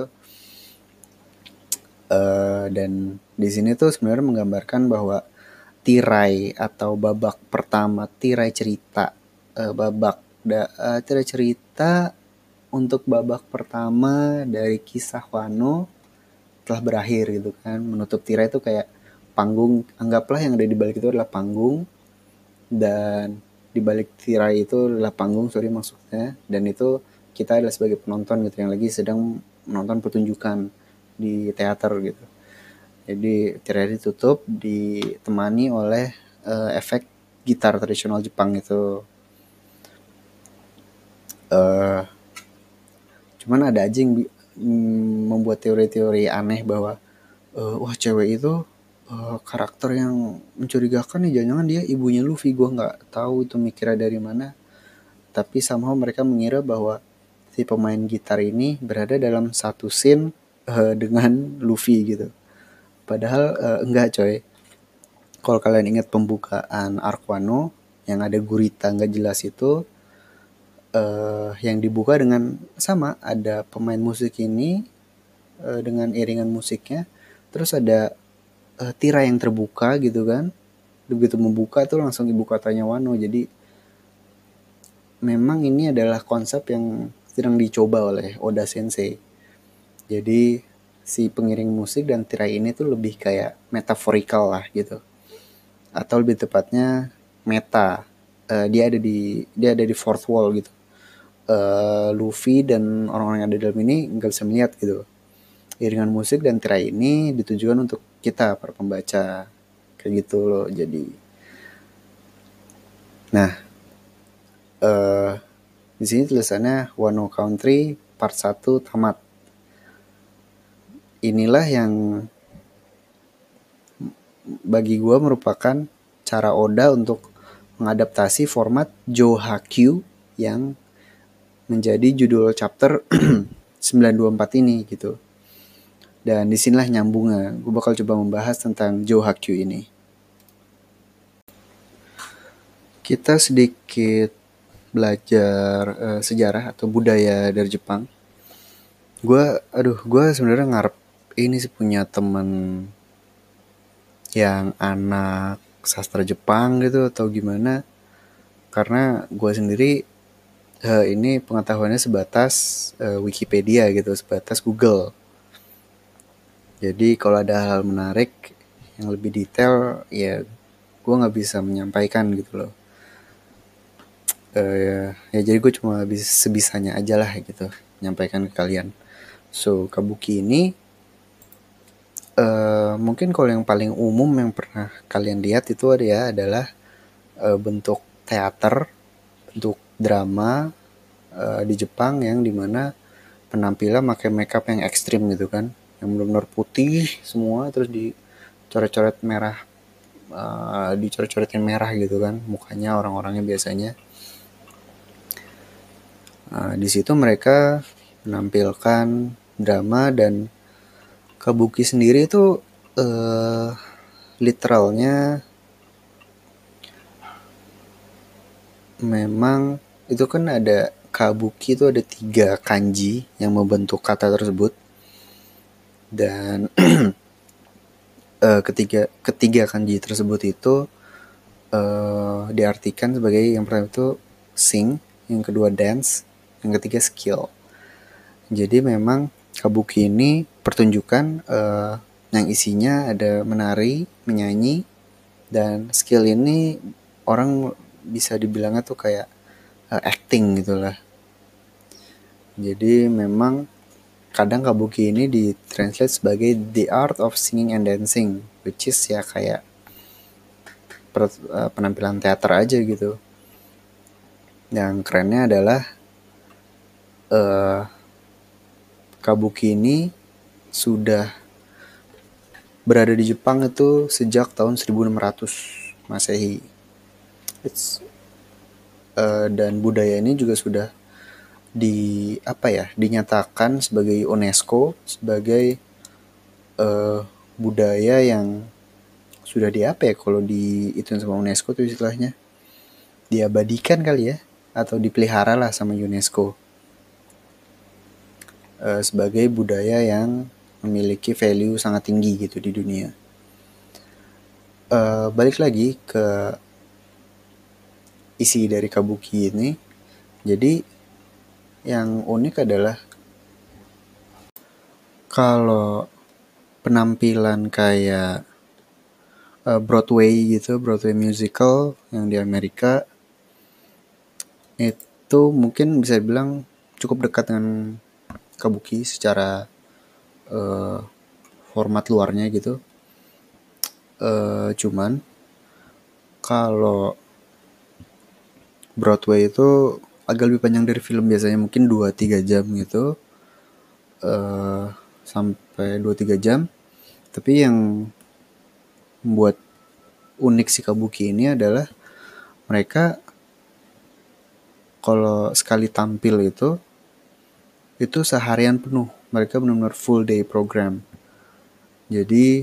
Uh, dan di sini tuh sebenarnya menggambarkan bahwa tirai atau babak pertama, tirai cerita, uh, babak da, uh, tirai cerita untuk babak pertama dari kisah Wano telah berakhir gitu kan. Menutup tirai itu kayak panggung, anggaplah yang ada di balik itu adalah panggung, dan di balik tirai itu adalah panggung, sorry maksudnya, dan itu kita adalah sebagai penonton gitu yang lagi sedang menonton pertunjukan di teater gitu. Jadi tirai ditutup ditemani oleh uh, efek gitar tradisional Jepang itu. Uh, cuman ada aja yang mm, membuat teori-teori aneh bahwa uh, wah cewek itu uh, karakter yang mencurigakan nih, jangan-jangan dia ibunya Luffy. Gue nggak tahu itu mikirnya dari mana, tapi somehow mereka mengira bahwa si pemain gitar ini berada dalam satu scene uh, dengan Luffy gitu. Padahal uh, enggak coy. Kalau kalian ingat pembukaan Arc Wano yang ada gurita nggak jelas itu, uh, yang dibuka dengan sama, ada pemain musik ini uh, dengan iringan musiknya, terus ada uh, tirai yang terbuka gitu kan. Begitu membuka tuh langsung ibu kotanya Wano. Jadi memang ini adalah konsep yang sedang dicoba oleh Oda Sensei. Jadi si pengiring musik dan tirai ini tuh lebih kayak metaforikal lah gitu. Atau lebih tepatnya meta. Uh, dia ada di dia ada di fourth wall gitu. Uh, Luffy dan orang-orang yang ada di dalam ini nggak bisa melihat gitu. Iringan musik dan tirai ini ditujukan untuk kita para pembaca kayak gitu loh. Jadi nah uh, di sini tulisannya Wano Country part satu tamat. Inilah yang bagi gue merupakan cara Oda untuk mengadaptasi format Johakyu yang menjadi judul chapter sembilan dua empat ini gitu. Dan disinilah nyambungnya. Gue bakal coba membahas tentang Johakyu ini. Kita sedikit belajar uh, sejarah atau budaya dari Jepang. Gue, aduh, gue sebenarnya ngarep ini sih punya temen yang anak sastra Jepang gitu atau gimana. Karena gue sendiri uh, ini pengetahuannya sebatas uh, Wikipedia gitu, sebatas Google. Jadi kalau ada hal menarik yang lebih detail, ya gue nggak bisa menyampaikan gitu loh. Uh, ya, ya jadi gue cuma bisa sebisanya aja lah gitu, menyampaikan ke kalian. So kabuki ini uh, mungkin kalau yang paling umum yang pernah kalian lihat itu ada ya adalah uh, bentuk teater, bentuk drama uh, di Jepang yang dimana penampilan pakai makeup yang ekstrim gitu kan, yang benar-benar putih semua terus dicoret-coret merah, uh, dicoret-coretin merah gitu kan mukanya orang-orangnya biasanya. Uh, di situ mereka menampilkan drama dan kabuki sendiri itu uh, literalnya memang itu kan ada kabuki itu ada tiga kanji yang membentuk kata tersebut dan uh, ketiga ketiga kanji tersebut itu uh, diartikan sebagai yang pertama itu sing, yang kedua dance, yang ketiga skill. Jadi memang kabuki ini pertunjukan uh, yang isinya ada menari, menyanyi, dan skill ini orang bisa dibilangnya tuh kayak uh, acting gitulah. Jadi memang kadang kabuki ini ditranslate sebagai the art of singing and dancing, which is ya kayak per, uh, penampilan teater aja gitu. Yang kerennya adalah uh, kabuki ini sudah berada di Jepang itu sejak tahun seribu enam ratus Masehi. It's, uh, dan budaya ini juga sudah di apa ya dinyatakan sebagai UNESCO sebagai uh, budaya yang sudah di apa ya kalau di itu sama UNESCO tuh istilahnya diabadikan kali ya atau dipelihara lah sama UNESCO uh, sebagai budaya yang memiliki value sangat tinggi gitu di dunia. Uh, balik lagi ke isi dari kabuki ini, jadi yang unik adalah kalau penampilan kayak uh, Broadway gitu, Broadway musical yang di Amerika itu mungkin bisa dibilang cukup dekat dengan kabuki secara uh, format luarnya gitu. Uh, cuman kalau Broadway itu agak lebih panjang dari film biasanya, mungkin dua sampai tiga jam gitu. Uh, sampai dua sampai tiga jam. Tapi yang membuat unik si kabuki ini adalah mereka kalau sekali tampil itu itu seharian penuh. Mereka benar-benar full day program. Jadi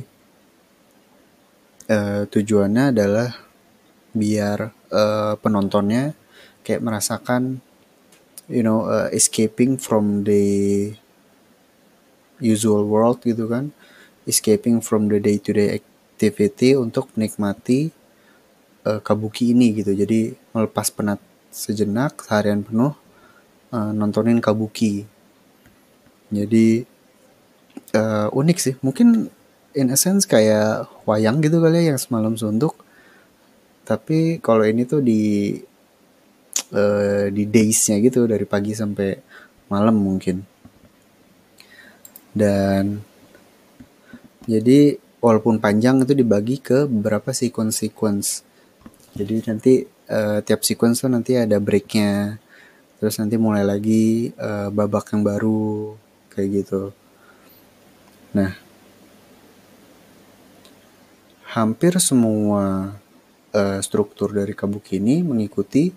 uh, tujuannya adalah biar uh, penontonnya kayak merasakan you know uh, escaping from the usual world gitu kan, escaping from the day to day activity untuk menikmati uh, kabuki ini gitu. Jadi melepas penat sejenak seharian penuh uh, nontonin kabuki. Jadi uh, unik sih, mungkin in a sense kayak wayang gitu kali ya yang semalam suntuk, tapi kalau ini tuh di uh, di days-nya gitu dari pagi sampai malam mungkin. Dan jadi walaupun panjang itu dibagi ke beberapa sequence-sequence. Jadi nanti uh, tiap sequence tuh nanti ada breaknya. Terus nanti mulai lagi uh, babak yang baru kayak gitu. Nah, hampir semua uh, struktur dari kabuki ini mengikuti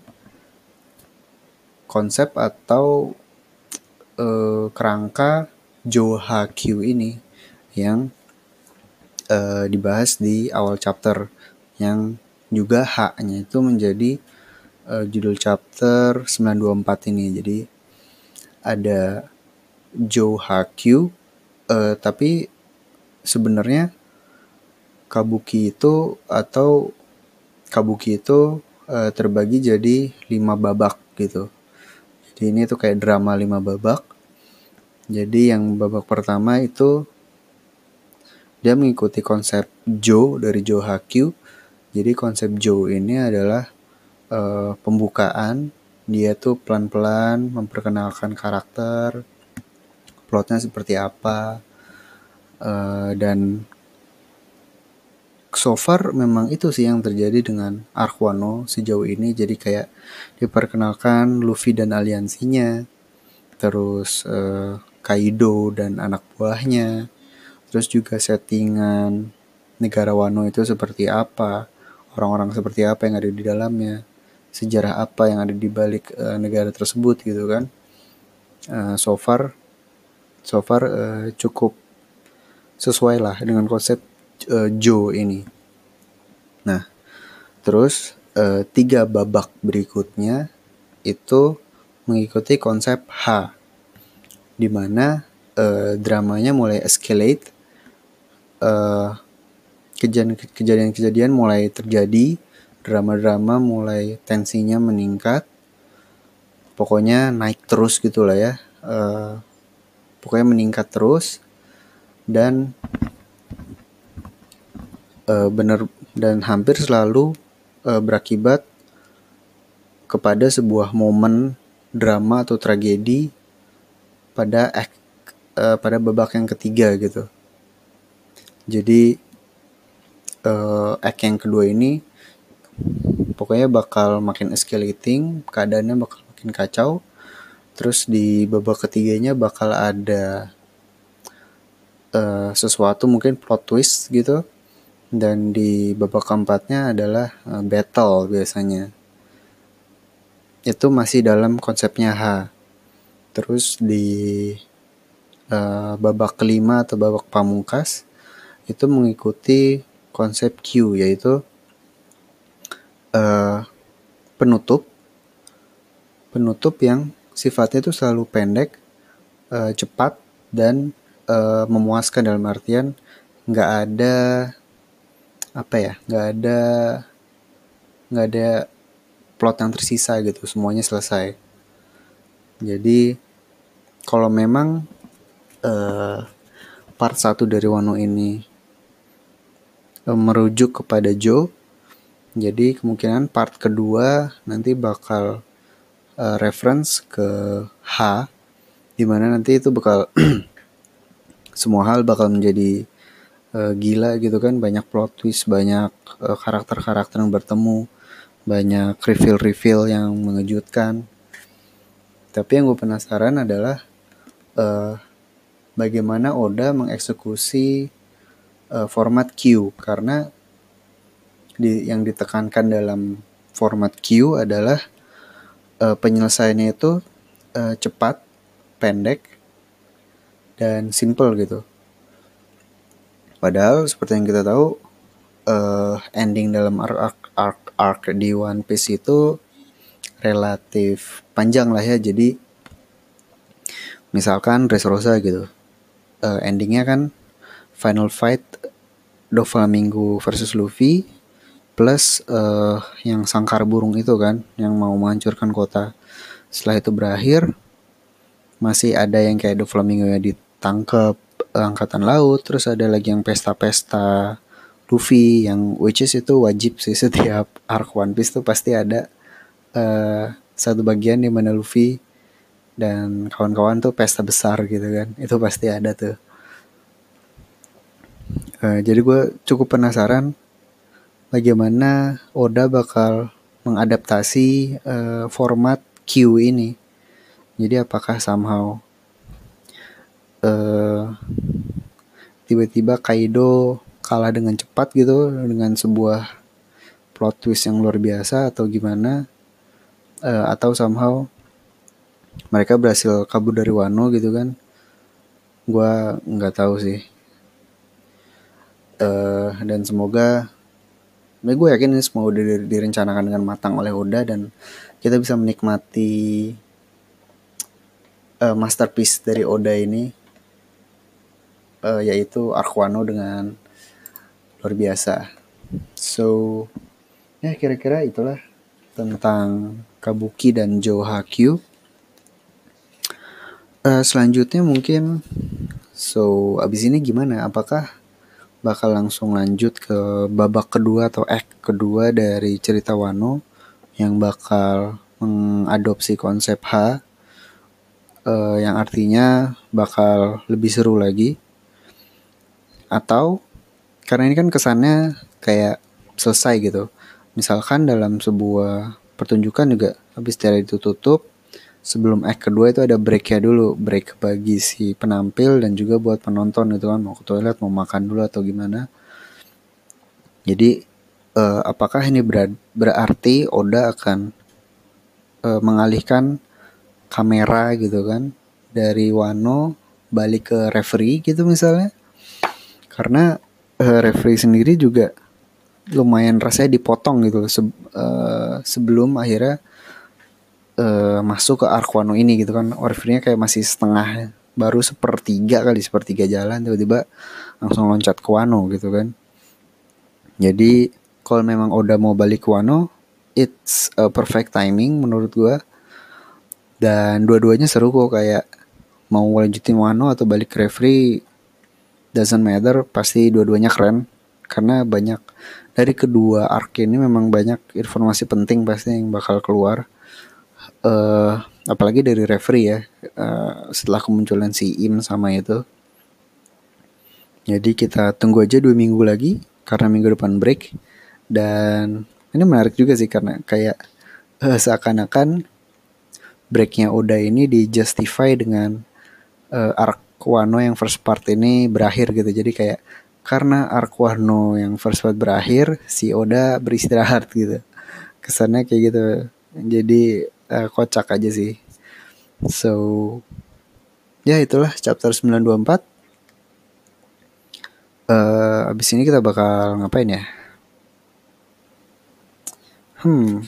konsep atau uh, kerangka Johakyū ini yang uh, dibahas di awal chapter, yang juga H-nya itu menjadi uh, judul chapter sembilan dua empat ini. Jadi ada Johakyū, uh, tapi sebenarnya kabuki itu atau kabuki itu uh, terbagi jadi lima babak gitu. Jadi ini tuh kayak drama lima babak. Jadi yang babak pertama itu dia mengikuti konsep Jo dari Johakyū. Jadi konsep Jo ini adalah uh, pembukaan. Dia tuh pelan-pelan memperkenalkan karakter, plotnya seperti apa, uh, dan so far memang itu sih yang terjadi dengan arc Wano sejauh ini. Jadi kayak diperkenalkan Luffy dan aliansinya, terus uh, Kaido dan anak buahnya, terus juga settingan negara Wano itu seperti apa, orang-orang seperti apa yang ada di dalamnya, sejarah apa yang ada di balik uh, negara tersebut gitu kan. Uh, so far so far uh, cukup sesuai lah dengan konsep uh, Jo ini. Nah, terus uh, tiga babak berikutnya itu mengikuti konsep H, di mana uh, dramanya mulai escalate, uh, kejadian-kejadian mulai terjadi, drama-drama mulai tensinya meningkat, pokoknya naik terus gitu lah ya, uh, pokoknya meningkat terus, dan uh, bener dan hampir selalu uh, berakibat kepada sebuah momen drama atau tragedi pada act, uh, pada babak yang ketiga gitu. Jadi uh, act yang kedua ini pokoknya bakal makin escalating, keadaannya bakal makin kacau. Terus di babak ketiganya bakal ada uh, sesuatu, mungkin plot twist gitu. Dan di babak keempatnya adalah uh, battle biasanya. Itu masih dalam konsepnya H. Terus di uh, babak kelima atau babak pamungkas itu mengikuti konsep Q, yaitu uh, penutup penutup yang sifatnya itu selalu pendek, uh, cepat, dan uh, memuaskan, dalam artian nggak ada apa ya nggak ada nggak ada plot yang tersisa gitu, semuanya selesai. Jadi kalau memang uh, part satu dari Wano ini uh, merujuk kepada Jo, jadi kemungkinan part kedua nanti bakal uh, reference ke H, dimana nanti itu bakal semua hal bakal menjadi uh, gila gitu kan, banyak plot twist, banyak uh, karakter-karakter yang bertemu, banyak reveal-reveal yang mengejutkan. Tapi yang gue penasaran adalah uh, bagaimana Oda mengeksekusi uh, format Q, karena di, yang ditekankan dalam format Q adalah uh, penyelesaiannya itu uh, cepat, pendek, dan simple gitu. Padahal seperti yang kita tahu, uh, ending dalam arc, arc, arc, arc di One Piece itu relatif panjang lah ya. Jadi misalkan Dressrosa gitu, uh, endingnya kan final fight Doflamingo versus Luffy plus uh, yang sangkar burung itu kan yang mau menghancurkan kota. Setelah itu berakhir, masih ada yang kayak Doflamingo yang ditangkap uh, angkatan laut, terus ada lagi yang pesta-pesta Luffy yang which is itu wajib sih setiap arc One Piece tuh pasti ada uh, satu bagian di mana Luffy dan kawan-kawan tuh pesta besar gitu kan, itu pasti ada tuh. Uh, jadi gue cukup penasaran bagaimana Oda bakal mengadaptasi uh, format Q ini. Jadi apakah somehow uh, tiba-tiba Kaido kalah dengan cepat gitu dengan sebuah plot twist yang luar biasa atau gimana, uh, atau somehow mereka berhasil kabur dari Wano gitu kan. Gue nggak tahu sih. Uh, dan semoga, nah gue yakin ini semua udah direncanakan dengan matang oleh Oda dan kita bisa menikmati uh, masterpiece dari Oda ini, uh, yaitu Arc Wano dengan luar biasa. So ya kira-kira itulah tentang Kabuki dan Joe Hakyu. Uh, selanjutnya mungkin, so abis ini gimana? Apakah bakal langsung lanjut ke babak kedua atau act kedua dari cerita Wano yang bakal mengadopsi konsep H, uh, yang artinya bakal lebih seru lagi, atau karena ini kan kesannya kayak selesai gitu. Misalkan dalam sebuah pertunjukan juga habis dari itu tutup, sebelum act kedua itu ada breaknya dulu, break bagi si penampil dan juga buat penonton gitu kan, mau ke toilet, mau makan dulu atau gimana. Jadi uh, apakah ini ber- berarti Oda akan uh, mengalihkan kamera gitu kan dari Wano balik ke referee gitu misalnya, karena uh, referee sendiri juga lumayan rasanya dipotong gitu se- uh, sebelum akhirnya uh, masuk ke arc Wano ini gitu kan. Referee-nya kayak masih setengah, baru sepertiga kali, sepertiga jalan tiba-tiba langsung loncat ke Wano gitu kan. Jadi kalau memang Oda mau balik ke Wano, it's a perfect timing menurut gue. Dan dua-duanya seru kok, kayak mau lanjutin Wano atau balik ke referee doesn't matter, pasti dua-duanya keren. Karena banyak dari kedua arc ini memang banyak informasi penting pasti yang bakal keluar. Uh, apalagi dari referee ya, uh, setelah kemunculan si Im sama itu. Jadi kita tunggu aja dua minggu lagi karena minggu depan break. Dan ini menarik juga sih karena kayak uh, seakan-akan breaknya Oda ini di justify dengan uh, arc Wano yang first part ini berakhir gitu. Jadi kayak karena arc Wano yang first part berakhir, si Oda beristirahat gitu. Kesannya kayak gitu. Jadi uh, kocak aja sih. So ya itulah chapter sembilan dua empat. Uh, abis ini kita bakal ngapain ya? Hmm,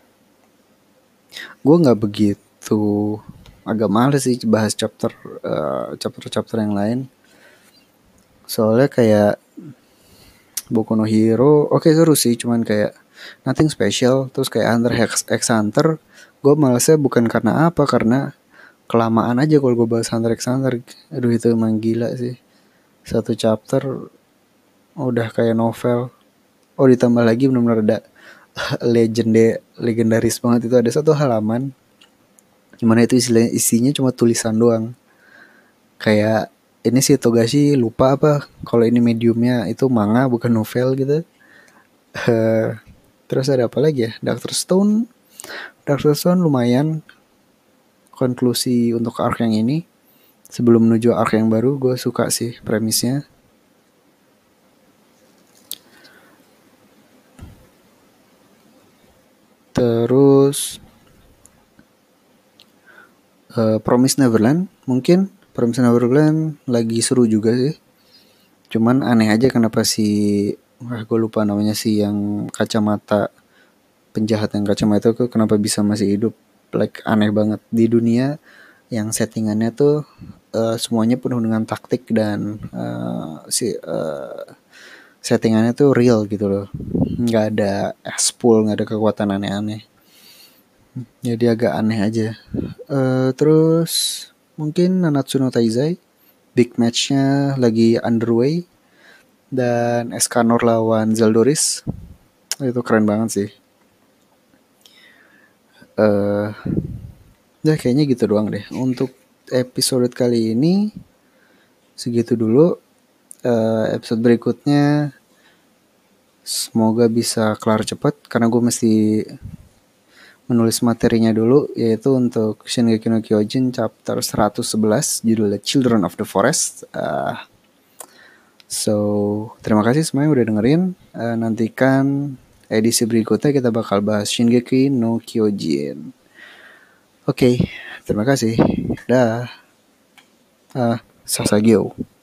gue nggak begitu, agak males sih bahas chapter uh, chapter-chapter yang lain. Soalnya kayak Boku no Hero, oke okay, seru sih, cuman kayak nothing special. Terus kayak Hunter x, x Hunter, gue malesnya bukan karena apa, karena kelamaan aja kalau gue bahas Hunter x Hunter. Aduh itu emang gila sih. Satu chapter udah kayak novel. Oh ditambah lagi benar-benar ada legende legendaris banget, itu ada satu halaman gimana itu isinya, isinya cuma tulisan doang. Kayak ini sih Togashi lupa apa kalau ini mediumnya itu manga bukan novel gitu. Uh, terus ada apa lagi ya? Doctor Stone. Doctor Stone lumayan konklusi untuk arc yang ini. Sebelum menuju arc yang baru, gue suka sih premisnya. Terus uh, Promise Neverland mungkin. Promise Neverland lagi seru juga sih. Cuman aneh aja kenapa si, wah gue lupa namanya sih, yang kacamata penjahat yang kacamata itu kenapa bisa masih hidup, like aneh banget di dunia yang settingannya tuh uh, semuanya penuh dengan taktik dan uh, si uh, settingannya tuh real gitu loh, nggak ada expul, nggak ada kekuatan aneh-aneh, jadi agak aneh aja. Uh, terus mungkin Nanatsu no Taizai big matchnya lagi underway dan Escanor lawan Zaldoris, itu keren banget sih. Eh uh, ya kayaknya gitu doang deh untuk episode kali ini, segitu dulu. Uh, episode berikutnya semoga bisa kelar cepat karena gue mesti menulis materinya dulu, yaitu untuk Shingeki no Kyojin chapter seratus sebelas judulnya Children of the Forest. Uh, so terima kasih semuanya udah dengerin. Uh, nantikan edisi berikutnya, kita bakal bahas Shingeki no Kyojin. Oke, okay, terima kasih. Dah. Uh, Sasagyo.